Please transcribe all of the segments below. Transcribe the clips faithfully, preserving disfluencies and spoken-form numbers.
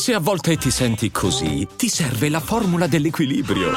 Se a volte ti senti così, ti serve la formula dell'equilibrio.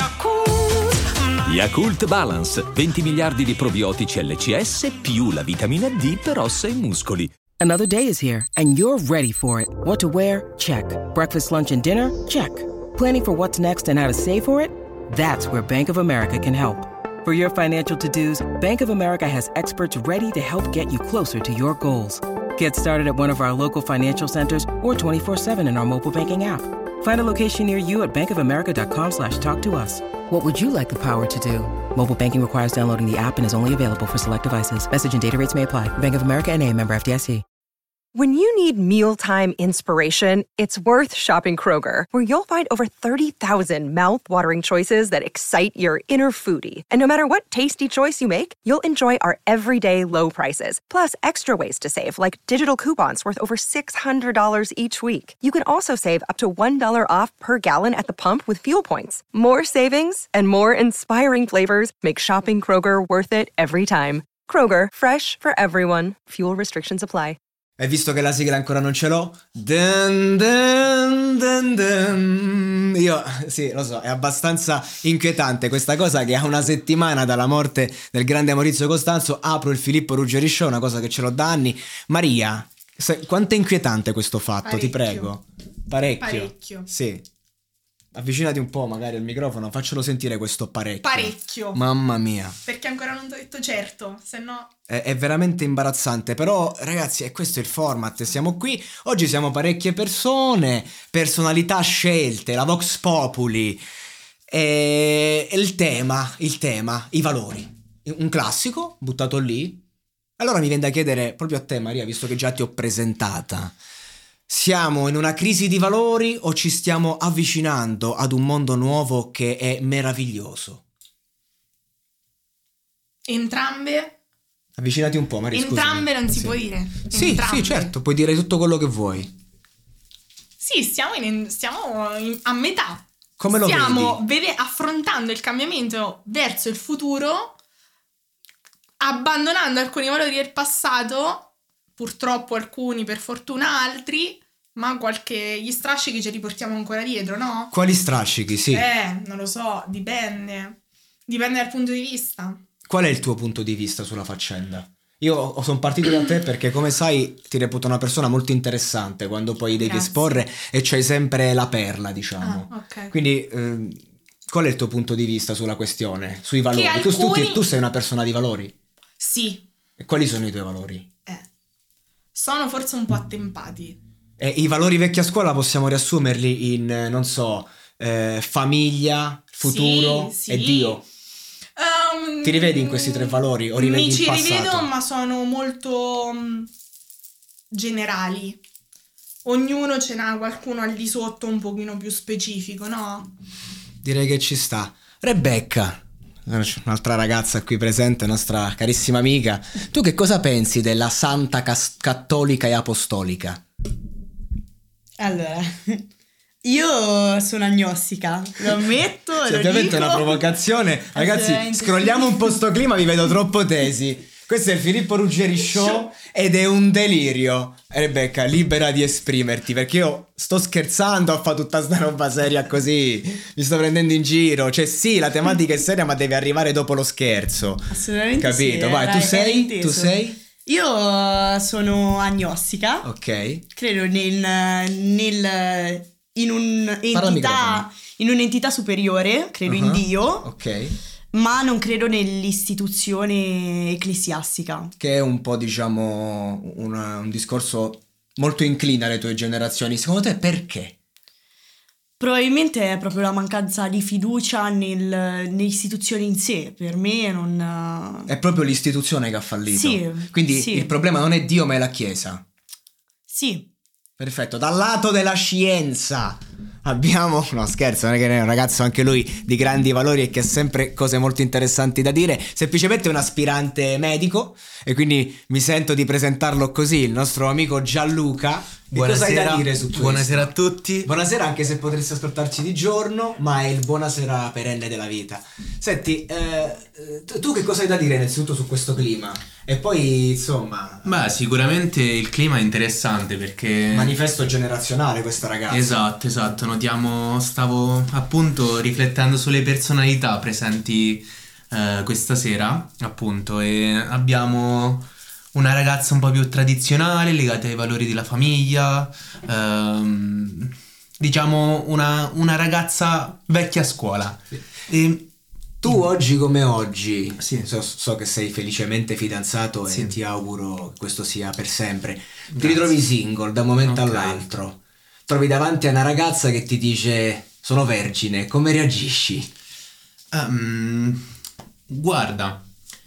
Yakult Balance, venti miliardi di probiotici L C S più la vitamina D per ossa e muscoli. Another day is here and you're ready for it. What to wear? Check. Breakfast, lunch, and dinner? Check. Planning for what's next and how to save for it? That's where Bank of America can help. For your financial to-dos, Bank of America has experts ready to help get you closer to your goals. Get started at one of our local financial centers or twenty-four seven in our mobile banking app. Find a location near you at bankofamerica.com slash talk to us. What would you like the power to do? Mobile banking requires downloading the app and is only available for select devices. Message and data rates may apply. Bank of America N A, member F D I C. When you need mealtime inspiration, it's worth shopping Kroger, where you'll find over thirty thousand mouth-watering choices that excite your inner foodie. And no matter what tasty choice you make, you'll enjoy our everyday low prices, plus extra ways to save, like digital coupons worth over six hundred dollars each week. You can also save up to one dollar off per gallon at the pump with fuel points. More savings and more inspiring flavors make shopping Kroger worth it every time. Kroger, fresh for everyone. Fuel restrictions apply. E visto che la sigla ancora non ce l'ho, dun dun dun dun. Io, sì, lo so, è abbastanza inquietante questa cosa che a una settimana dalla morte del grande Maurizio Costanzo apro il Filippo Ruggeri Show, una cosa che ce l'ho da anni. Maria, se, quanto è inquietante questo fatto, Parecchio. ti prego. Parecchio. Parecchio. Sì. Avvicinati un po' magari al microfono, faccelo sentire questo parecchio. Parecchio. Mamma mia. Perché ancora non ti ho detto certo, se no... È, è veramente imbarazzante, però ragazzi, è questo il format, siamo qui, oggi siamo parecchie persone, personalità scelte, la Vox Populi, e il tema, il tema, i valori. Un classico, buttato lì. Allora mi viene da chiedere proprio a te, Maria, visto che già ti ho presentata. Siamo in una crisi di valori o ci stiamo avvicinando ad un mondo nuovo che è meraviglioso? Entrambe? Avvicinati un po', Maria, Entrambe scusami. non si sì. può dire. Sì, Entrambe. sì, certo, puoi dire tutto quello che vuoi. Sì, stiamo, in, stiamo in, a metà. Come lo stiamo vedi? vede- affrontando il cambiamento verso il futuro, abbandonando alcuni valori del passato, purtroppo alcuni, per fortuna altri, ma qualche gli strascichi ce li portiamo ancora dietro, no? Quali strascichi, sì. Eh, non lo so, dipende. Dipende dal punto di vista. Qual è il tuo punto di vista sulla faccenda? Io sono partito da te perché, come sai, ti reputo una persona molto interessante quando poi devi Grazie. esporre e c'hai sempre la perla, diciamo. Ah, ok. Quindi, ehm, qual è il tuo punto di vista sulla questione, sui valori? Che Tu- tu, alcuni- tu sei una persona di valori? Sì, E quali sono i tuoi valori? eh. Sono forse un po' attempati. E i valori vecchia scuola possiamo riassumerli in, eh, non so, eh, famiglia, futuro Sì, sì. e Dio. Um, Ti rivedi in questi tre valori o rivedi mi il ci passato? rivedo, ma sono molto um, generali. Ognuno ce n'ha qualcuno al di sotto un pochino più specifico, no? Direi che ci sta. Rebecca, un'altra ragazza qui presente, nostra carissima amica. Tu che cosa pensi della Santa Cas- Cattolica e Apostolica? Allora, io sono agnostica, lo ammetto, Sì, lo ovviamente dico. è una provocazione. Ragazzi, Assolutamente scrolliamo sì. un po' sto clima, vi vedo troppo tesi. Questo è il Filippo Ruggeri Show ed è un delirio. Rebecca, libera di esprimerti, perché io sto scherzando a fare tutta sta roba seria così. Mi sto prendendo in giro. Cioè sì, la tematica è seria, ma deve arrivare dopo lo scherzo. Assolutamente Capito? sì, Vai, era- tu era sei? inteso. Tu sei? Io eh, sono agnostica, Ok. credo nel, nel in Parla al un'entità microfono. in un'entità superiore, credo in Uh-huh. Dio, Ok. ma non credo nell'istituzione ecclesiastica. Che è un po', diciamo, una- un discorso molto incline alle tue generazioni. Secondo te perché? Probabilmente è proprio la mancanza di fiducia nel, nelle istituzioni in sé. Per me non... È proprio l'istituzione che ha fallito. Sì, Quindi sì. il problema non è Dio, ma è la Chiesa. Sì, Perfetto. Dal lato della scienza abbiamo... No, scherzo, non è che è un ragazzo anche lui di grandi valori e che ha sempre cose molto interessanti da dire. Semplicemente è un aspirante medico e quindi mi sento di presentarlo così, il nostro amico Gianluca. Che cosa hai da dire su questo? Buonasera a tutti. Buonasera, anche se potresti ascoltarci di giorno, ma è il buonasera perenne della vita. Senti, eh, tu, tu che cosa hai da dire innanzitutto su questo clima? E poi, insomma... Beh, sicuramente il clima è interessante perché... Manifesto generazionale questa ragazza. Esatto, esatto. Notiamo, stavo appunto riflettendo sulle personalità presenti eh, questa sera, appunto, e abbiamo... una ragazza un po' più tradizionale, legata ai valori della famiglia, ehm, diciamo una, una ragazza vecchia scuola. E tu oggi come oggi, sì. so, so che sei felicemente fidanzato sì. e ti auguro che questo sia per sempre. Grazie. Ti ritrovi single da un momento okay. all'altro, trovi davanti a una ragazza che ti dice sono vergine, come reagisci? Um, guarda...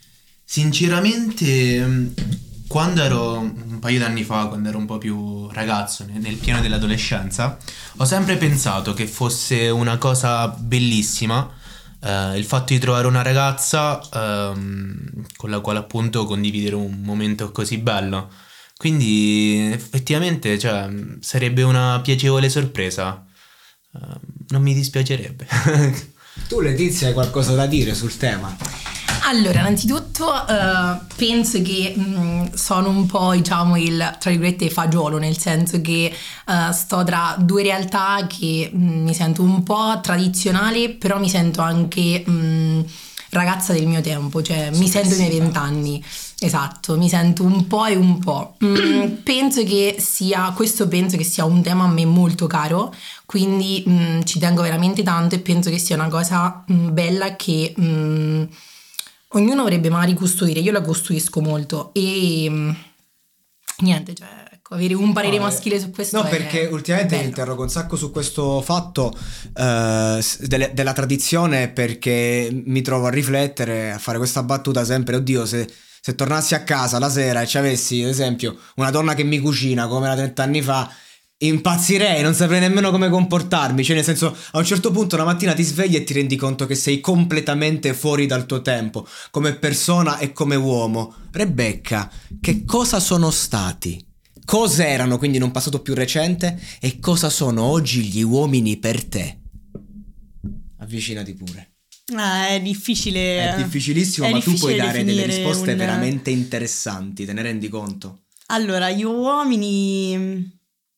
Sinceramente, quando ero un paio d'anni fa, quando ero un po' più ragazzo, nel pieno dell'adolescenza, ho sempre pensato che fosse una cosa bellissima eh, il fatto di trovare una ragazza ehm, con la quale appunto condividere un momento così bello. Quindi effettivamente, cioè, sarebbe una piacevole sorpresa. Eh, non mi dispiacerebbe. Tu, Letizia, hai qualcosa da dire sul tema? Allora, innanzitutto uh, penso che mh, sono un po', diciamo, il, tra virgolette, fagiolo, nel senso che uh, sto tra due realtà che mh, mi sento un po' tradizionale, però mi sento anche mh, ragazza del mio tempo, cioè mi sento i miei vent'anni, esatto, mi sento un po' e un po'. Mm, penso che sia, questo penso che sia un tema a me molto caro, quindi mh, ci tengo veramente tanto e penso che sia una cosa mh, bella che... Mh, ognuno dovrebbe magari custodire, io la costruisco molto e mh, niente, cioè ecco, avere un parere no, maschile su questo no, è perché ultimamente mi interrogo un sacco su questo fatto eh, delle, della tradizione, perché mi trovo a riflettere, a fare questa battuta sempre, oddio, se, se tornassi a casa la sera e ci avessi ad esempio una donna che mi cucina come era trent'anni fa, impazzirei, non saprei nemmeno come comportarmi, cioè nel senso, a un certo punto una mattina ti svegli e ti rendi conto che sei completamente fuori dal tuo tempo, come persona e come uomo. Rebecca, che cosa sono stati? Cos'erano quindi in un passato più recente e cosa sono oggi gli uomini per te? Avvicinati pure. Ah, è difficile. È difficilissimo, è ma difficile tu puoi dare delle risposte un... veramente interessanti, te ne rendi conto? Allora, gli uomini...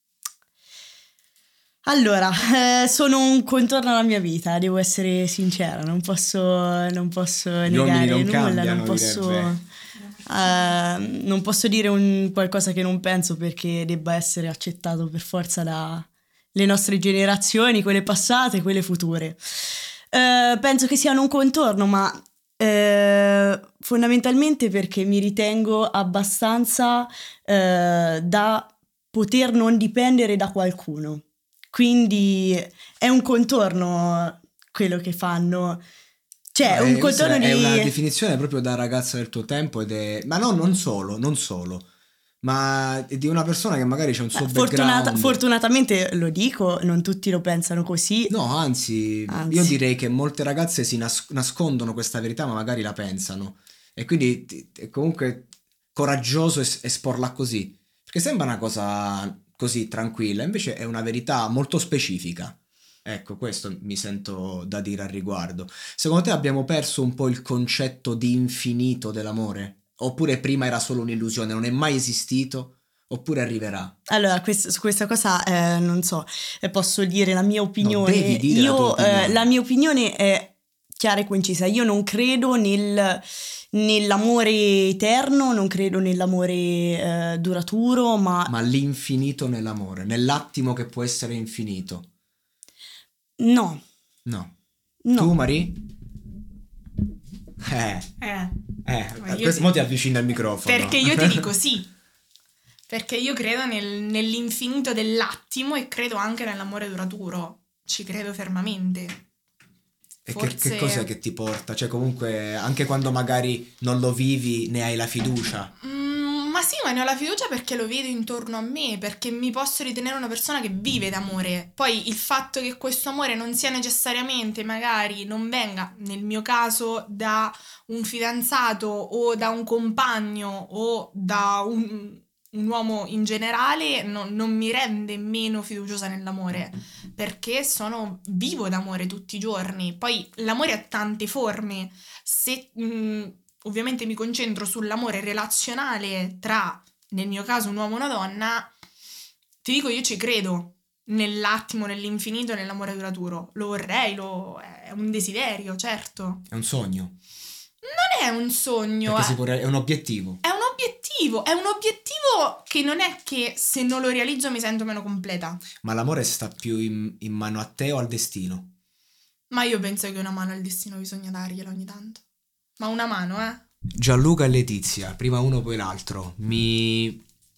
Allora, eh, sono un contorno alla mia vita, devo essere sincera, non posso, non posso negare non nulla, cambiano, non posso, uh, non posso dire un qualcosa che non penso perché debba essere accettato per forza dalle nostre generazioni, quelle passate, quelle future. Uh, penso che siano un contorno, ma uh, fondamentalmente perché mi ritengo abbastanza uh, da poter non dipendere da qualcuno. Quindi è un contorno quello che fanno, cioè no, un è, contorno è di... È una definizione proprio da ragazza del tuo tempo ed è... Ma no, non solo, non solo, ma di una persona che magari c'è un suo Fortunata, background. Fortunatamente lo dico, non tutti lo pensano così. No, anzi, anzi. io direi che molte ragazze si nas- nascondono questa verità, ma magari la pensano. E quindi è comunque coraggioso es- esporla così, perché sembra una cosa... così tranquilla, invece è una verità molto specifica. Ecco, questo mi sento da dire al riguardo. Secondo te abbiamo perso un po' il concetto di infinito dell'amore? Oppure prima era solo un'illusione, non è mai esistito? Oppure arriverà? Allora, quest- su questa cosa eh, non so, eh, posso dire la mia opinione. No, devi dire Io, la tua opinione. Eh, la mia opinione è chiara e concisa. Io non credo nel... nell'amore eterno, non credo nell'amore eh, duraturo, ma... Ma l'infinito nell'amore, nell'attimo che può essere infinito. No. No. No. Tu, Marie? Eh. Eh. Eh, questo mo ti avvicina al microfono. Perché io ti dico sì. Perché io credo nel, nell'infinito dell'attimo e credo anche nell'amore duraturo. Ci credo fermamente. E Forse... che, che cos'è che ti porta? Cioè comunque anche quando magari non lo vivi ne hai la fiducia? Mm, ma sì, ma ne ho la fiducia perché lo vedo intorno a me, perché mi posso ritenere una persona che vive d'amore. Poi il fatto che questo amore non sia necessariamente, magari non venga, nel mio caso, da un fidanzato o da un compagno o da un, un uomo in generale non, non mi rende meno fiduciosa nell'amore, perché sono vivo d'amore tutti i giorni. Poi l'amore ha tante forme. Se mh, ovviamente mi concentro sull'amore relazionale tra, nel mio caso, un uomo e una donna, ti dico, io ci credo nell'attimo, nell'infinito, nell'amore duraturo. Lo vorrei, lo, è un desiderio, certo. È un sogno. Non è un sogno, Perché è, si può re- è un obiettivo. è un obiettivo, è un obiettivo che non è che se non lo realizzo mi sento meno completa. Ma l'amore sta più in, in mano a te o al destino? Ma io penso che una mano al destino bisogna dargliela ogni tanto. Ma una mano, eh? Gianluca e Letizia, prima uno poi l'altro, mi,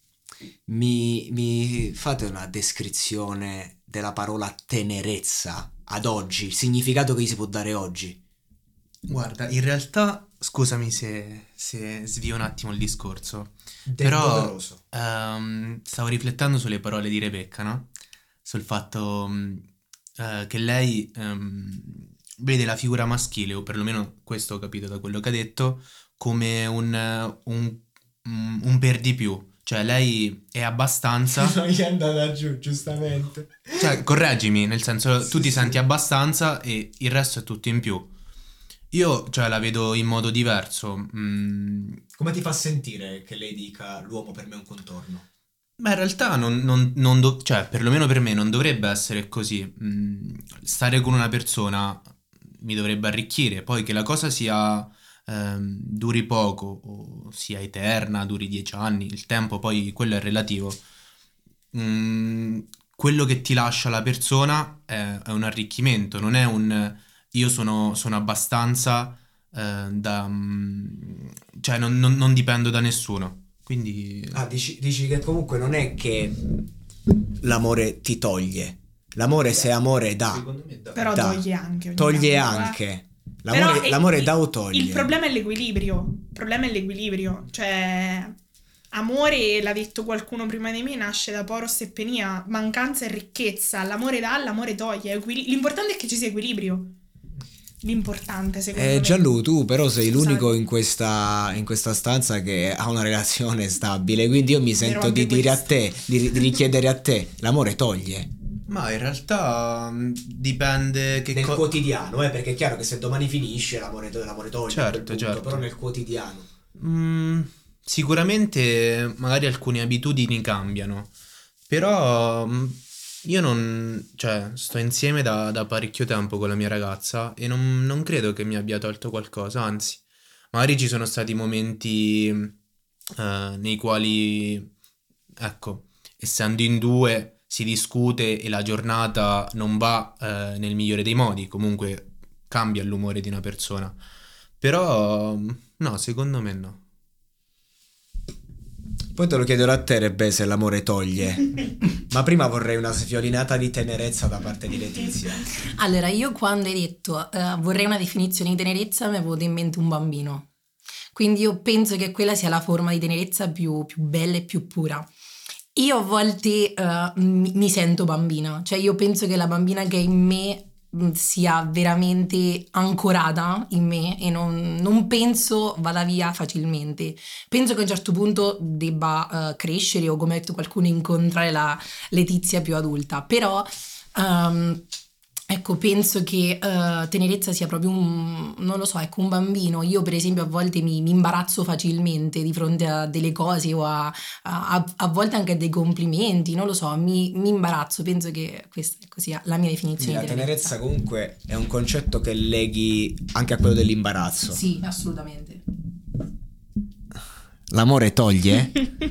mi, mi fate una descrizione della parola tenerezza ad oggi, il significato che gli si può dare oggi? Guarda, in realtà, scusami se, se svio un attimo il discorso, Del però doveroso. ehm, stavo riflettendo sulle parole di Rebecca, no? Sul fatto mh, eh, che lei ehm, vede la figura maschile, o perlomeno questo ho capito da quello che ha detto, come un, un, un, un per di più. Cioè lei è abbastanza... Non gli è andata giù, giustamente. Cioè, correggimi, nel senso, Sì, tu ti sì. senti abbastanza e il resto è tutto in più. Io, cioè, la vedo in modo diverso. Mm, Come ti fa sentire che lei dica l'uomo per me è un contorno? beh, in realtà non, non, non do- cioè, perlomeno per me non dovrebbe essere così. Mm, stare con una persona mi dovrebbe arricchire. Poi che la cosa sia ehm, duri poco o sia eterna, duri dieci anni, il tempo poi quello è relativo. Mm, quello che ti lascia la persona è, è un arricchimento, non è un io sono, sono abbastanza eh, da... mm, cioè non, non- non dipendo da nessuno. Quindi... Ah, dici, dici che comunque non è che l'amore ti toglie. L'amore se amore dà. me da. Però Da. toglie anche. ogni Toglie tanto, eh. anche. L'amore, Però è- l'amore il- dà o toglie? Il problema è l'equilibrio. Il problema è l'equilibrio. Cioè, amore, l'ha detto qualcuno prima di me, nasce da poros e penia, mancanza e ricchezza. L'amore dà, l'amore toglie. Equili- L'importante è che ci sia equilibrio. L'importante, secondo Eh, me. Gianlu, tu però sei Scusate. l'unico in questa, in questa stanza che ha una relazione stabile, quindi io mi sento Vero, di anche dire a questo. te, di, di richiedere a te, l'amore toglie. Ma in realtà mm, dipende che Nel co- quotidiano, eh, perché è chiaro che se domani finisce l'amore, l'amore toglie, Certo, a quel punto, certo. però nel quotidiano. Mm, sicuramente magari alcune abitudini cambiano, però mm, io non, cioè, sto insieme da, da parecchio tempo con la mia ragazza e non, non credo che mi abbia tolto qualcosa, anzi, magari ci sono stati momenti eh, nei quali, ecco, essendo in due si discute e la giornata non va eh, nel migliore dei modi, comunque cambia l'umore di una persona, però no, secondo me no. Poi te lo chiederò a te, Rebè, se l'amore toglie. Ma prima vorrei una sviolinata di tenerezza da parte di Letizia. Allora, io quando hai detto eh, vorrei una definizione di tenerezza mi è venuto in mente un bambino. Quindi io penso che quella sia la forma di tenerezza più, più bella e più pura. Io a volte eh, mi, mi sento bambina, cioè io penso che la bambina che è in me mh, sia veramente ancorata in me e non, non penso vada via facilmente. Penso che a un certo punto debba eh, crescere o, come ha detto qualcuno, incontrare la Letizia più adulta, però ehm, ecco, penso che eh, tenerezza sia proprio un, non lo so, ecco, un bambino. Io per esempio a volte mi, mi imbarazzo facilmente di fronte a delle cose o a, a, a volte anche a dei complimenti, non lo so, mi, mi imbarazzo. Penso che questa sia la mia Quindi definizione la di tenerezza. tenerezza comunque è un concetto che leghi anche a quello dell'imbarazzo. Sì, assolutamente. L'amore toglie?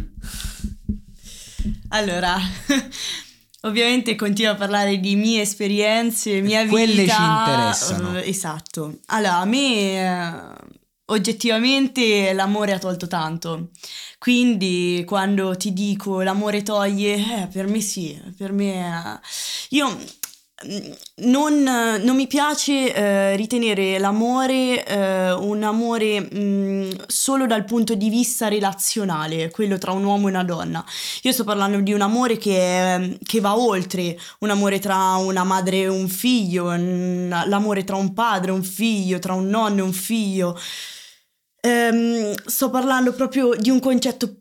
Allora, ovviamente continuo a parlare di mie esperienze, mia vita. Quelle ci interessano. eh, esatto. Allora, a me eh, oggettivamente l'amore ha tolto tanto. Quindi quando ti dico l'amore toglie, eh, per me sì, per me... eh, io... mm, Non, non mi piace eh, ritenere l'amore eh, un amore mh, solo dal punto di vista relazionale, quello tra un uomo e una donna. Io sto parlando di un amore che, che va oltre, un amore tra una madre e un figlio, un- l'amore tra un padre e un figlio, tra un nonno e un figlio. Ehm, sto parlando proprio di un concetto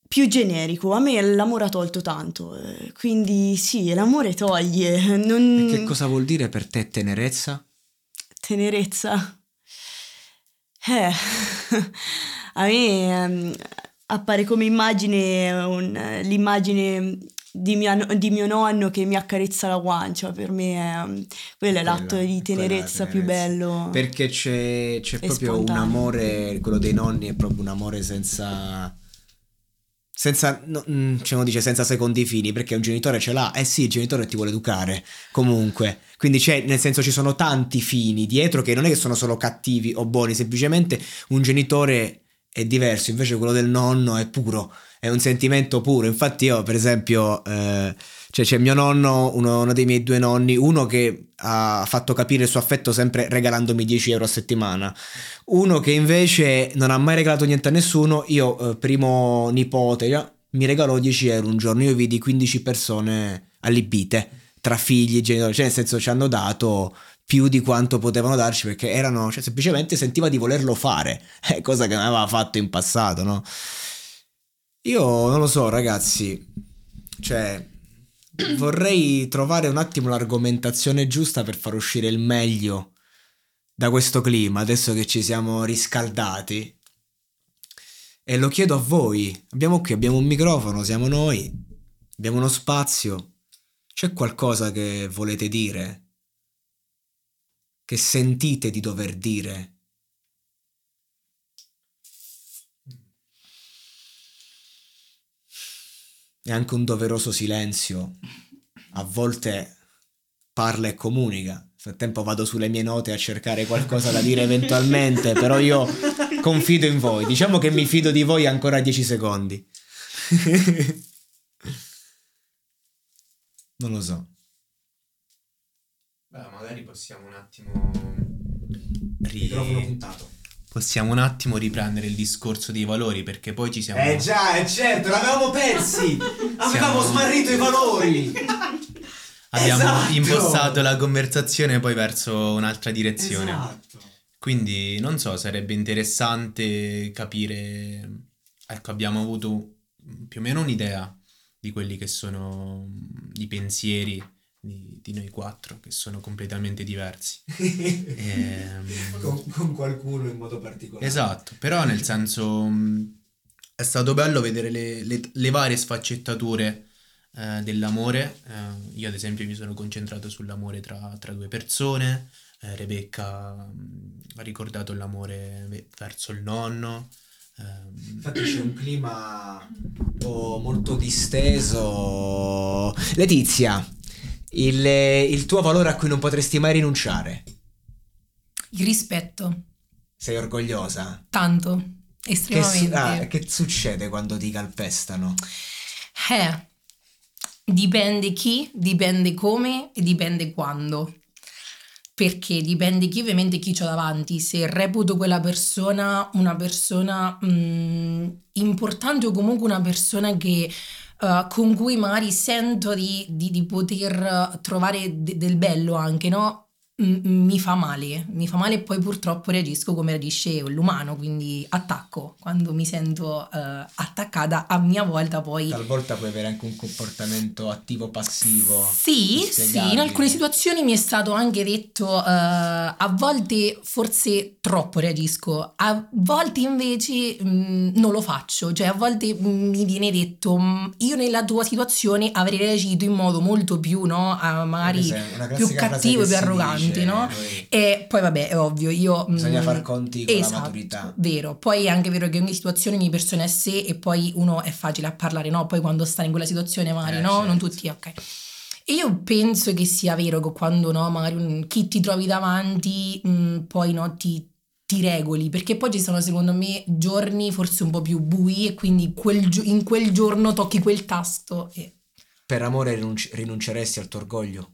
più generico. A me l'amore ha tolto tanto, eh, quindi sì, l'amore toglie. Non... E che cosa vuol dire per te tenerezza? Tenerezza? Eh, a me ehm, appare come immagine un, l'immagine di, mia, di mio nonno che mi accarezza la guancia. Per me è, quello è l'atto Quella- di quella tenerezza più bello. Perché c'è, c'è E proprio spontaneo. un amore, quello dei nonni è proprio un amore senza... Senza, no, mm, cioè uno dice senza secondi fini, perché un genitore ce l'ha, eh sì, il genitore ti vuole educare, comunque, quindi c'è, nel senso ci sono tanti fini dietro che non è che sono solo cattivi o buoni, semplicemente un genitore è diverso, invece quello del nonno è puro, è un sentimento puro. Infatti io per esempio, eh, cioè c'è mio nonno, uno, uno dei miei due nonni, uno che ha fatto capire il suo affetto sempre regalandomi dieci euro a settimana, uno che invece non ha mai regalato niente a nessuno. Io, eh, primo nipote, io- mi regalò dieci euro un giorno. Io vidi quindici persone allibite, tra figli, genitori, cioè nel senso ci hanno dato più di quanto potevano darci, perché erano, cioè semplicemente sentiva di volerlo fare, eh, cosa che non aveva fatto in passato, no? Io non lo so, ragazzi, cioè vorrei trovare un attimo l'argomentazione giusta per far uscire il meglio da questo clima, adesso che ci siamo riscaldati. E lo chiedo a voi. Abbiamo qui, abbiamo un microfono, siamo noi, abbiamo uno spazio. C'è qualcosa che volete dire? Che sentite di dover dire? E anche un doveroso silenzio a volte parla e comunica. Nel frattempo vado sulle mie note a cercare qualcosa da dire eventualmente, però io confido in voi. Diciamo che mi fido di voi ancora dieci secondi. Non lo so. Beh, magari possiamo un attimo ri- Microfono puntato. possiamo un attimo riprendere il discorso dei valori, perché poi ci siamo Eh già, è certo, l'avevamo persi. Avevamo Siamo- smarrito i valori. abbiamo Esatto. impostato la conversazione poi verso un'altra direzione. Esatto. Quindi non so, sarebbe interessante capire, ecco, abbiamo avuto più o meno un'idea di quelli che sono i pensieri di, di noi quattro, che sono completamente diversi. Ehm, Con, con qualcuno in modo particolare. Esatto, però nel senso mh, è stato bello vedere le, le- le varie sfaccettature eh, dell'amore. Eh, io ad esempio mi sono concentrato sull'amore tra, tra due persone. eh, Rebecca mh, ha ricordato l'amore ve- verso il nonno. ehm, Infatti c'è un clima un po' molto disteso. Letizia, il, il tuo valore a cui non potresti mai rinunciare. Il rispetto, Sei orgogliosa? tanto, Che, su- estremamente. ah, che succede quando ti calpestano? Eh, dipende chi, dipende come e dipende quando. Perché dipende chi, ovviamente chi c'ho davanti. Se reputo quella persona una persona mh, importante o comunque una persona che eh, con cui magari sento di, di- di poter trovare de- del bello anche, no? M- mi fa male, mi fa male e poi purtroppo reagisco come reagisce l'umano, quindi attacco. Quando mi sento eh, attaccata, a mia volta poi... Talvolta puoi avere anche un comportamento attivo-passivo. Sì, sì, inspiegabile. in alcune situazioni mi è stato anche detto, eh, a volte forse troppo reagisco, a volte invece mh, non lo faccio, cioè a volte mh, mi viene detto, mh, io nella tua situazione avrei reagito in modo molto più, no, a- magari Questa è una più classica frase cattivo che e più si arrogante, dice, no? poi E poi vabbè, è ovvio, io... Bisogna mh, far conti con la esatto, maturità. vero. Poi è anche vero che ogni situazione ogni persona è a sé e poi uno è facile a parlare, no? Poi quando sta in quella situazione magari, Eh, no? Non certo. tutti, ok. E io penso che sia vero che quando, no, magari un- chi ti trovi davanti mh, poi, no, ti, ti regoli, perché poi ci sono secondo me giorni forse un po' più bui e quindi quel gio- in quel giorno tocchi quel tasto e... Per amore rinunci- rinunceresti al tuo orgoglio?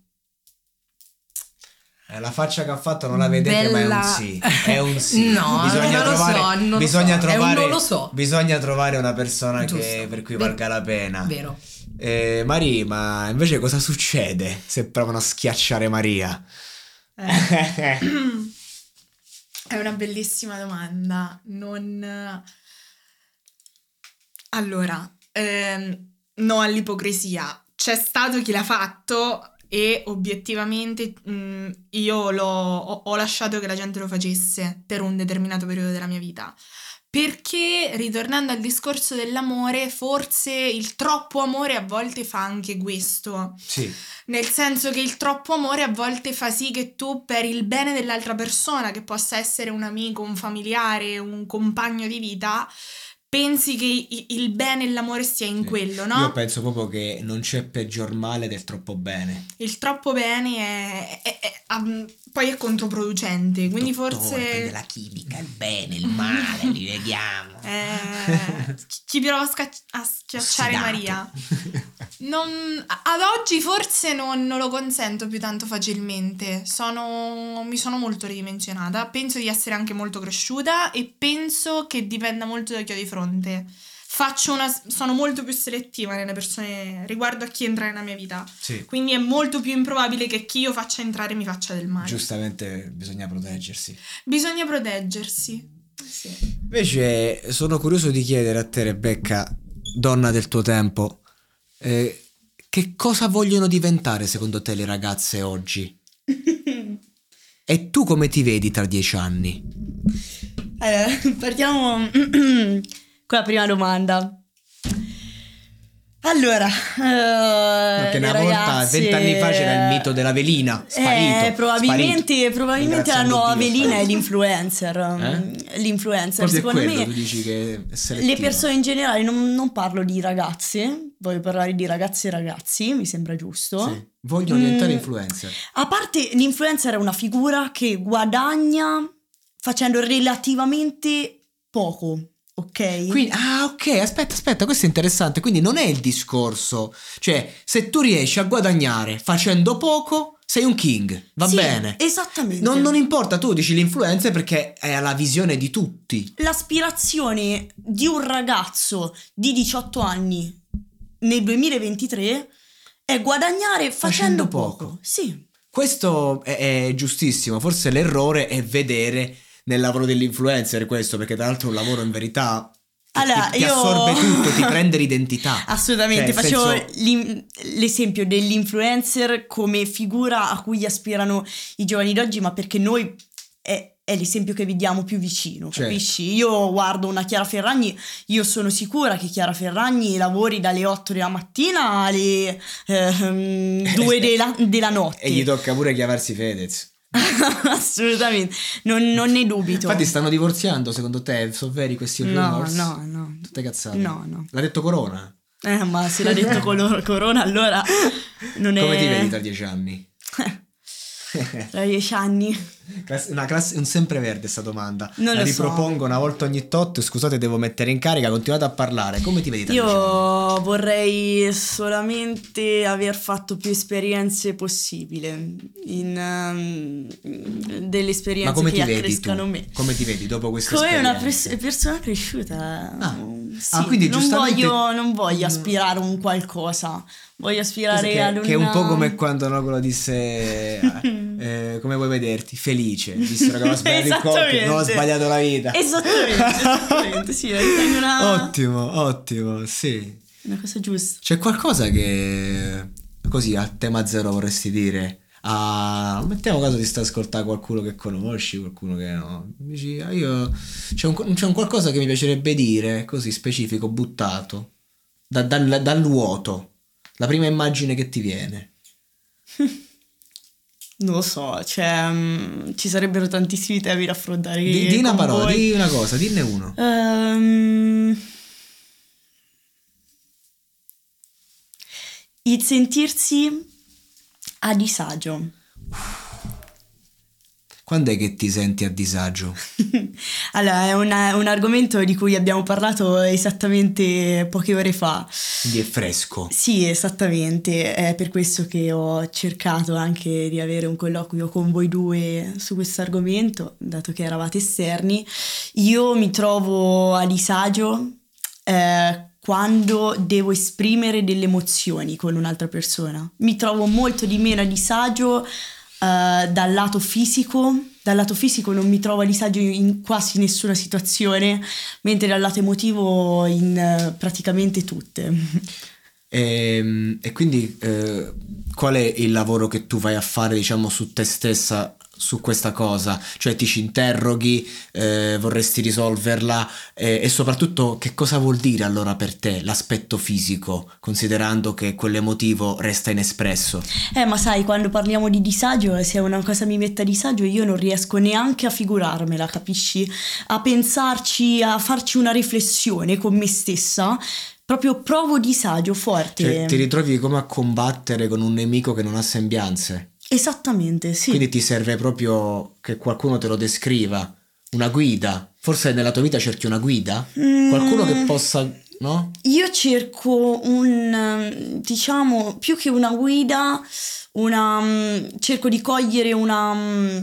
Eh, la faccia che ha fatto non la vedete, ma è Bella- un sì. È un sì. No, bisogna non lo trovare, so, non lo bisogna so. È un trovare, non lo so. bisogna trovare una persona che, Giusto. per cui Vero. valga la pena. Vero. Eh, Maria, ma invece cosa succede se provano a schiacciare Maria? Eh. È una bellissima domanda. Non... Allora, ehm, no all'ipocrisia. C'è stato chi l'ha fatto e obiettivamente mh, io l'ho, ho, ho lasciato che la gente lo facesse per un determinato periodo della mia vita. Perché, ritornando al discorso dell'amore, forse il troppo amore a volte fa anche questo. Sì. Nel senso che il troppo amore a volte fa sì che tu, per il bene dell'altra persona, che possa essere un amico, un familiare, un compagno di vita, pensi che il bene e l'amore stia in Sì. quello, no? Io penso proprio che non c'è peggior male del troppo bene. Il troppo bene è, è- è- um, poi è controproducente, quindi Dottore, forse prende la chimica, il bene, il male, li vediamo. eh, ci provo a, sca- a schiacciare Ossidato. Maria. Non, ad oggi forse non, non lo consento più tanto facilmente. Sono, mi sono molto ridimensionata. Penso di essere anche molto cresciuta e penso che dipenda molto da chi ho di fronte. Faccio una, sono molto più selettiva nelle persone riguardo a chi entra nella mia vita. Sì. Quindi è molto più improbabile che chi io faccia entrare mi faccia del male. Giustamente bisogna proteggersi. Bisogna proteggersi. Sì. Invece sono curioso di chiedere a te, Rebecca, donna del tuo tempo, eh, che cosa vogliono diventare secondo te le ragazze oggi? E tu come ti vedi tra dieci anni? Allora, partiamo con la prima domanda. Allora, eh, Perché le una volta, ragazze- vent'anni fa, c'era il mito della velina, sparito. Eh, probabilmente, sparito. probabilmente la Ringraziando nuova Dio, velina è sparito. l'influencer. Eh? L'influencer, Proprio è secondo quello, me. tu dici che è Le selettiva. persone in generale, non, non parlo di ragazze, voglio parlare di ragazze e ragazzi, mi sembra giusto. Sì. Vogliono diventare Mm. influencer. A parte, l'influencer è una figura che guadagna facendo relativamente poco, ok? Quindi, ah, ok, aspetta, aspetta, questo è interessante. Quindi non è il discorso, cioè, se tu riesci a guadagnare facendo poco, sei un king, va Sì, bene. esattamente. Non, non importa, tu dici l'influencer perché è alla visione di tutti. L'aspirazione di un ragazzo di diciotto anni nel duemilaventitré è guadagnare facendo, Facendo poco. poco. Sì. Questo è, è giustissimo. Forse l'errore è vedere nel lavoro dell'influencer questo, perché tra l'altro è un lavoro in verità che Allora, ti, ti io- assorbe tutto, ti prende l'identità. Assolutamente, Cioè, nel facevo senso- l'im- l'esempio dell'influencer come figura a cui aspirano i giovani d'oggi, ma perché noi è, è l'esempio che vediamo più vicino, Certo. capisci? Io guardo una Chiara Ferragni, io sono sicura che Chiara Ferragni lavori dalle otto della mattina alle ehm, due della, della notte. E gli tocca pure chiamarsi Fedez. Assolutamente, non, non ne dubito. Infatti stanno divorziando, secondo te? Sono veri questi No, rumors? no, no. Tutte cazzate. No, no. L'ha detto Corona. Eh, ma se l'ha detto Colo- Corona, allora non è... Come ti vedi tra dieci anni? Tra dieci anni. Class- una classe- un sempreverde sta domanda. Non La lo so. ripropongo una volta ogni tot. Scusate, devo mettere in carica. Continuate a parlare. Come ti vedi tra dieci anni? Io vorrei solamente aver fatto più esperienze possibile, in, um, delle Ma esperienze come che ti vedi tu? accrescano me. Come ti vedi dopo questa Come una esperienza? pres- persona cresciuta. Ah. Sì, Ah, quindi non, giustamente- voglio, non voglio aspirare a un qualcosa, voglio aspirare Che, ad una... che è un po' come quando no, quello disse eh, come vuoi vederti? Felice. Dissero che aveva sbagliato il coppia. Esattamente. Non ho sbagliato la vita. Esattamente, esattamente, sì, ritengo una... Ottimo, ottimo, sì. una cosa giusta. C'è qualcosa che così a tema zero vorresti dire? Ah, mettiamo caso ti sta a ascoltare qualcuno che conosci, qualcuno che no. Dici, ah, io c'è un, c'è un qualcosa che mi piacerebbe dire, così specifico, buttato da- dal, dal vuoto. La prima immagine che ti viene. Non lo so, cioè mm, ci sarebbero tantissimi temi da affrontare. Di, di una con parola, voi. di una cosa, dinne uno. Ehm, il sentirsi a disagio. Quando è che ti senti a disagio? Allora, è una- un argomento di cui abbiamo parlato esattamente poche ore fa. Quindi è fresco. Sì, esattamente, è per questo che ho cercato anche di avere un colloquio con voi due su questo argomento, dato che eravate esterni. Io mi trovo a disagio eh, quando devo esprimere delle emozioni con un'altra persona. Mi trovo molto di meno a disagio eh, dal lato fisico dal lato fisico non mi trovo a disagio in quasi nessuna situazione, mentre dal lato emotivo in eh, praticamente tutte. E, e quindi eh, qual è il lavoro che tu vai a fare, diciamo, su te stessa su questa cosa? Cioè ti ci interroghi, eh, vorresti risolverla, eh, e soprattutto che cosa vuol dire allora per te l'aspetto fisico, considerando che quell'emotivo resta inespresso? Eh ma sai, quando parliamo di disagio, se una cosa mi mette a disagio io non riesco neanche a figurarmela, capisci? A pensarci, a farci una riflessione con me stessa. Proprio provo disagio forte. Cioè, ti ritrovi come a combattere con un nemico che non ha sembianze. Esattamente, sì. Quindi ti serve proprio che qualcuno te lo descriva, una guida. Forse nella tua vita cerchi una guida? Mm. Qualcuno che possa, no? Io cerco un, diciamo, più che una guida, una, cerco di cogliere una,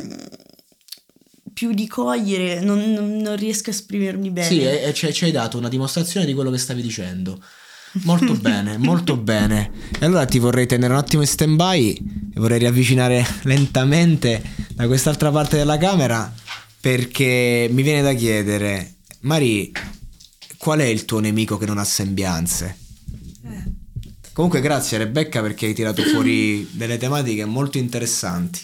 più di cogliere, non, non, non riesco a esprimermi bene. Sì, e, e ci, ci hai dato una dimostrazione di quello che stavi dicendo. Molto bene, molto bene. E allora ti vorrei tenere un attimo in stand-by e vorrei riavvicinare lentamente da quest'altra parte della camera, perché mi viene da chiedere, Mari, qual è il tuo nemico che non ha sembianze? Eh. Comunque grazie Rebecca, perché hai tirato fuori delle tematiche molto interessanti.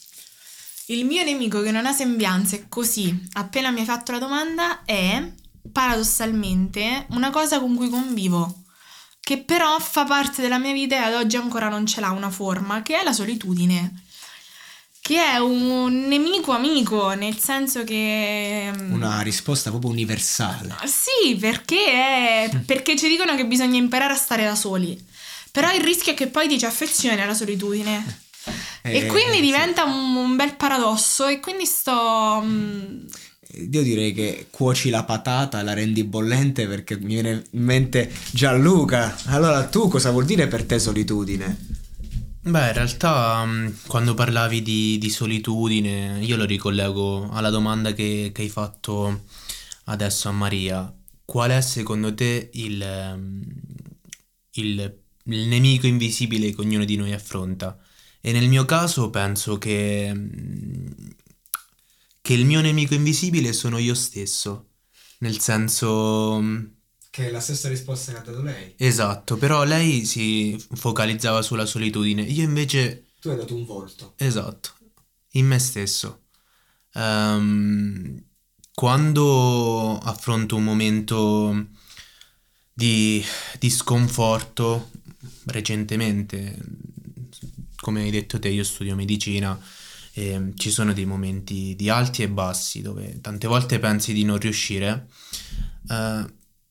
Il mio nemico che non ha sembianze, così appena mi hai fatto la domanda, è paradossalmente una cosa con cui convivo, che però fa parte della mia vita e ad oggi ancora non ce l'ha una forma, che è la solitudine, che è un nemico amico, nel senso che... Una risposta proprio universale. Sì, perché, è, perché ci dicono che bisogna imparare a stare da soli, però il rischio è che poi ti ci affezioni alla solitudine. Eh, e quindi diventa sì. un, un bel paradosso, e quindi sto... Mh, io direi che cuoci la patata e la rendi bollente, perché mi viene in mente Gianluca. Allora, tu cosa vuol dire per te solitudine? Beh, in realtà quando parlavi di, di solitudine io lo ricollego alla domanda che, che hai fatto adesso a Maria. Qual è secondo te il, il, il nemico invisibile che ognuno di noi affronta? E nel mio caso penso che... che il mio nemico invisibile sono io stesso, nel senso... Che è la stessa risposta che ha dato lei. Esatto, però lei si focalizzava sulla solitudine, io invece... Tu hai dato un volto. Esatto, in me stesso. Um, quando affronto un momento di, di sconforto, recentemente, come hai detto te, io studio medicina, e ci sono dei momenti di alti e bassi dove tante volte pensi di non riuscire, uh,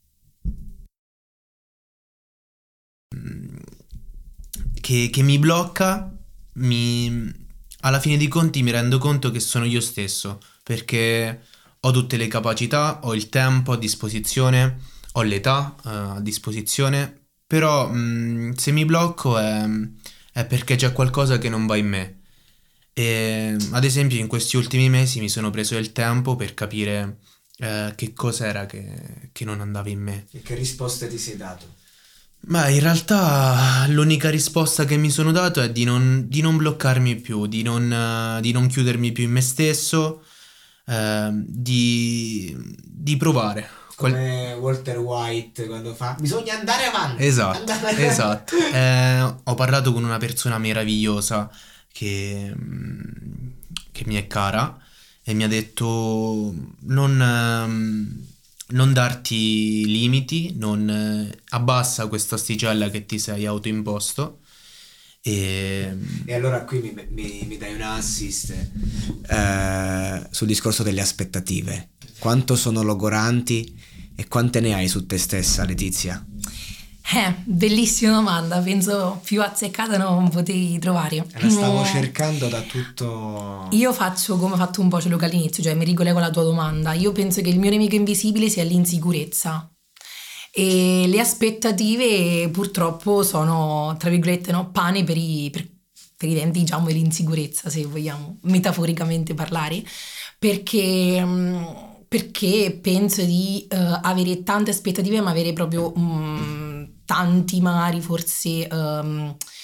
che, che mi blocca, mi, alla fine dei conti mi rendo conto che sono io stesso, perché ho tutte le capacità, ho il tempo a disposizione, ho l'età uh, a disposizione, però um, se mi blocco è, è perché c'è qualcosa che non va in me. E ad esempio in questi ultimi mesi mi sono preso il tempo per capire eh, che cos'era che, che non andava in me. E che risposte ti sei dato? Ma in realtà l'unica risposta che mi sono dato è di non, di non bloccarmi più, di non, uh, di non chiudermi più in me stesso, uh, di, di provare. Come Walter White quando fa bisogna andare avanti. Esatto, andare avanti. esatto. Eh, ho parlato con una persona meravigliosa Che, che mi è cara e mi ha detto non, non darti limiti, non abbassa questa asticella che ti sei autoimposto. E, e allora qui mi, mi, mi dai un assist eh, sul discorso delle aspettative. Quanto sono logoranti e quante ne hai su te stessa, Letizia? Eh, bellissima domanda, penso più azzeccata non potevi trovare. La stavo cercando da tutto. Io faccio come ho fatto un po' ce l'ho all'inizio, cioè mi ricollego alla tua domanda. Io penso che il mio nemico invisibile sia l'insicurezza, e le aspettative purtroppo sono, tra virgolette, no, pane per i, per, per i denti, diciamo, dell'insicurezza, se vogliamo metaforicamente parlare, perché... perché penso di uh, avere tante aspettative, ma avere proprio um, tanti magari forse um,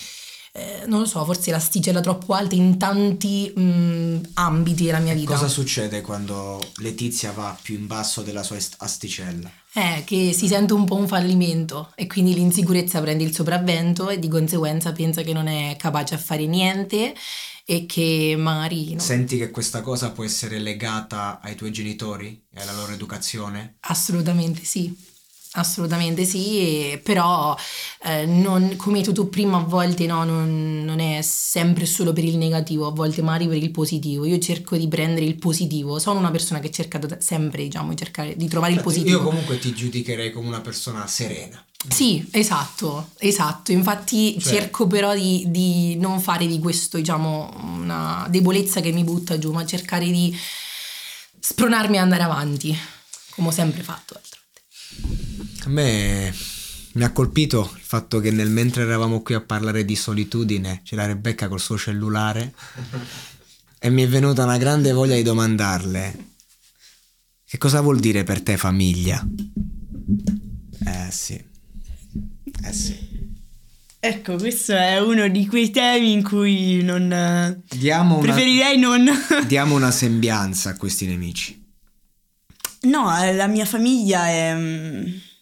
eh, non lo so, forse l'asticella troppo alta in tanti mh, ambiti della mia vita. Cosa succede quando Letizia va più in basso della sua est- asticella? Eh, che si sente un po' un fallimento e quindi l'insicurezza prende il sopravvento e di conseguenza pensa che non è capace a fare niente e che magari... No. Senti che questa cosa può essere legata ai tuoi genitori e alla loro educazione? Assolutamente sì. Assolutamente sì, e però eh, non, come hai detto tu prima, a volte no, non, non è sempre solo per il negativo, a volte magari per il positivo. Io cerco di prendere il positivo, sono una persona che cerca da- sempre, diciamo, di cercare di trovare il positivo. Io comunque ti giudicherei come una persona serena. Sì, esatto, esatto. Infatti Cioè- cerco però di, di non fare di questo, diciamo, una debolezza che mi butta giù, ma cercare di spronarmi ad andare avanti, come ho sempre fatto. A me mi ha colpito il fatto che nel mentre eravamo qui a parlare di solitudine c'era Rebecca col suo cellulare e mi è venuta una grande voglia di domandarle: che cosa vuol dire per te famiglia? Eh sì, eh sì. Ecco, questo è uno di quei temi in cui non... Diamo una, preferirei non... diamo una sembianza a questi nemici. No, eh, la mia famiglia è... mm,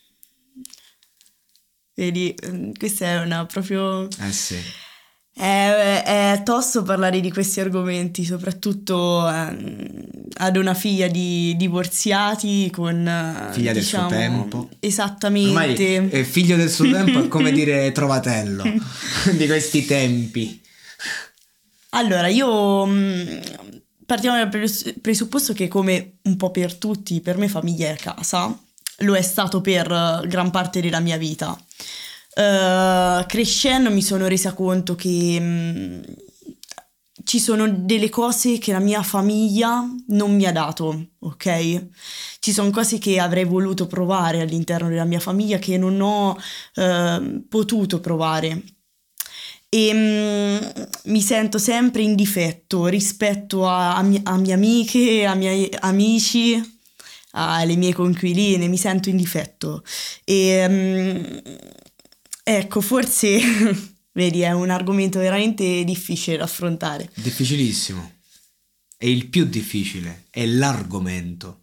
Vedi, mm, questa è una proprio... Eh sì. È, è tosto parlare di questi argomenti, soprattutto ehm, ad una figlia di divorziati con... eh, Figlia del suo diciamo, tempo. Esattamente. Ormai è figlio del suo tempo, è come dire trovatello di questi tempi. Allora, io mh, partiamo dal pres- presupposto che, come un po' per tutti, per me famiglia è casa, lo è stato per eh, gran parte della mia vita. Uh, crescendo mi sono resa conto che mh, ci sono delle cose che la mia famiglia non mi ha dato, ok? Ci sono cose che avrei voluto provare all'interno della mia famiglia che non ho uh, potuto provare. E mh, mi sento sempre in difetto rispetto a, a, mie, a mie amiche, a miei amici, alle mie coinquiline, mi sento in difetto. E mh, ecco, forse, vedi, è un argomento veramente difficile da affrontare. Difficilissimo. È il più difficile, è l'argomento.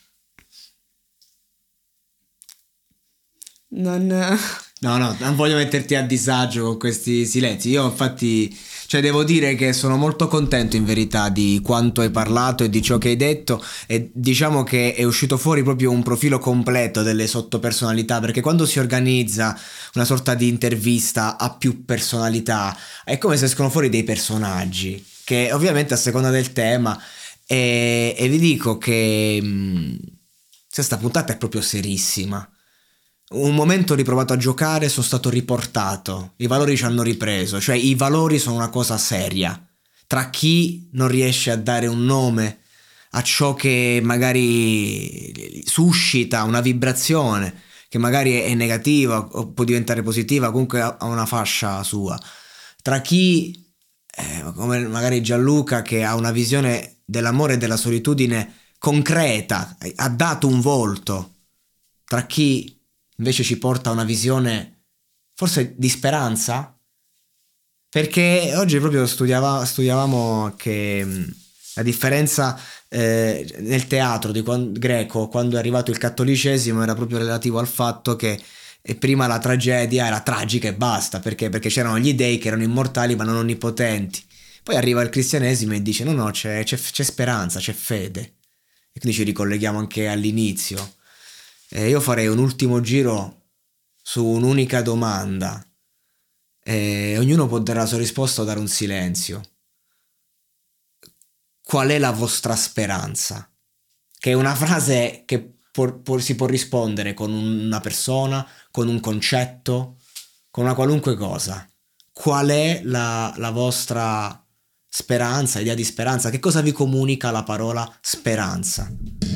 Non... No, no, non voglio metterti a disagio con questi silenzi. Io infatti, cioè devo dire che sono molto contento in verità di quanto hai parlato e di ciò che hai detto, e diciamo che è uscito fuori proprio un profilo completo delle sottopersonalità, perché quando si organizza una sorta di intervista a più personalità è come se escono fuori dei personaggi che ovviamente a seconda del tema, e, e vi dico che mh, questa puntata è proprio serissima. Un momento ho riprovato a giocare, sono stato riportato, i valori ci hanno ripreso, cioè i valori sono una cosa seria. Tra chi non riesce a dare un nome a ciò che magari suscita una vibrazione, che magari è negativa o può diventare positiva, comunque ha una fascia sua. Tra chi, eh, come magari Gianluca, che ha una visione dell'amore e della solitudine concreta, ha dato un volto. Tra chi invece ci porta a una visione forse di speranza, perché oggi proprio studiava, studiavamo che mh, la differenza eh, nel teatro di quando, greco, quando è arrivato il cattolicesimo, era proprio relativo al fatto che eh, prima la tragedia era tragica e basta, perché? Perché c'erano gli dei che erano immortali ma non onnipotenti. Poi arriva il cristianesimo e dice no no, c'è, c'è, c'è speranza, c'è fede, e quindi ci ricolleghiamo anche all'inizio. Eh, io farei un ultimo giro su un'unica domanda, e ognuno può dare la sua risposta o dare un silenzio. Qual è la vostra speranza? Che è una frase che può, può, si può rispondere con una persona, con un concetto, con una qualunque cosa. Qual è la, la vostra speranza, idea di speranza? Che cosa vi comunica la parola speranza?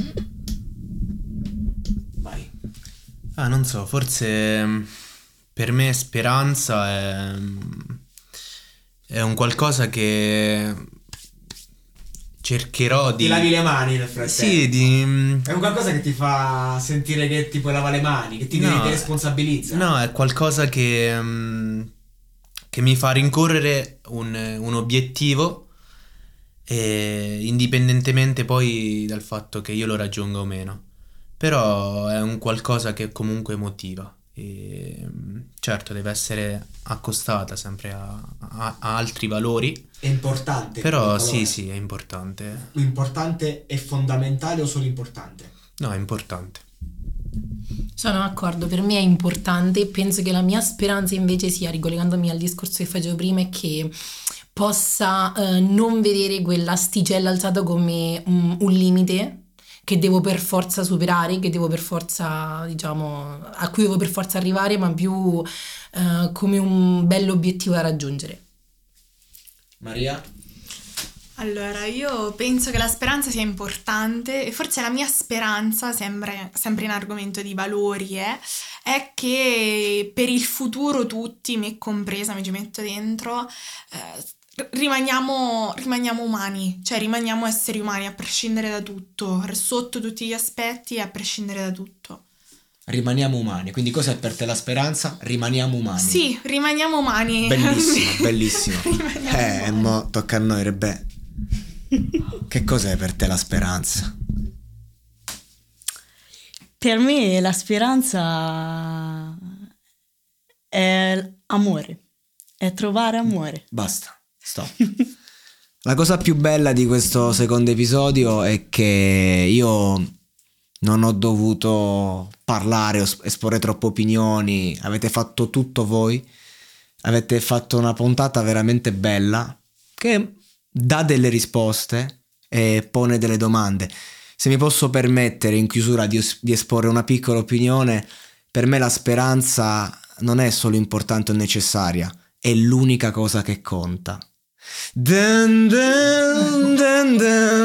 Ah, non so, forse per me speranza è, è un qualcosa che cercherò di... Ti lavi le mani nel frattempo. Sì, di... È un qualcosa che ti fa sentire che ti puoi lavare le mani, che ti, No, ti responsabilizza. No, è qualcosa che... che mi fa rincorrere un, un obiettivo, e indipendentemente poi dal fatto che io lo raggiunga o meno. Però è un qualcosa che comunque motiva. E certo deve essere accostata sempre a, a, a altri valori. È importante. Però sì, sì, è importante. Importante è fondamentale o solo importante? No, è importante. Sono d'accordo, per me è importante. Penso che la mia speranza invece sia, ricollegandomi al discorso che facevo prima, è che possa eh, non vedere quella asticella alzata come um, un limite che devo per forza superare, che devo per forza, diciamo, a cui devo per forza arrivare, ma più eh, come un bell'obiettivo da raggiungere. Maria? Allora, io penso che la speranza sia importante e forse la mia speranza, sempre, sempre in argomento di valori, eh, è che per il futuro tutti, me compresa, mi ci metto dentro, eh, rimaniamo, rimaniamo umani, cioè rimaniamo esseri umani a prescindere da tutto, sotto tutti gli aspetti e a prescindere da tutto. Rimaniamo umani, quindi cos'è per te la speranza? Rimaniamo umani. Sì, rimaniamo umani. Bellissimo, bellissimo. Rimaniamo eh, umani. mo tocca a noi, Rebè. Che cos'è per te la speranza? Per me la speranza è amore, è trovare amore. Basta, stop. La cosa più bella di questo secondo episodio è che io non ho dovuto parlare o esporre troppe opinioni, avete fatto tutto voi, avete fatto una puntata veramente bella che dà delle risposte e pone delle domande. Se mi posso permettere in chiusura di, di esporre una piccola opinione, per me la speranza non è solo importante o necessaria, è l'unica cosa che conta. Dun dun dun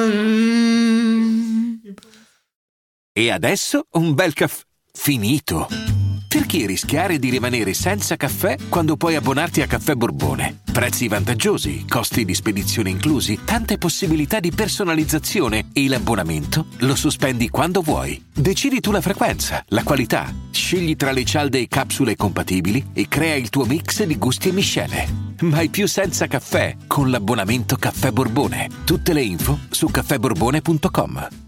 dun. E adesso un bel caffè finito. Perché rischiare di rimanere senza caffè quando puoi abbonarti a Caffè Borbone? Prezzi vantaggiosi, costi di spedizione inclusi, tante possibilità di personalizzazione e l'abbonamento lo sospendi quando vuoi. Decidi tu la frequenza, la qualità, scegli tra le cialde e capsule compatibili e crea il tuo mix di gusti e miscele. Mai più senza caffè con l'abbonamento Caffè Borbone. Tutte le info su caffè borbone punto com.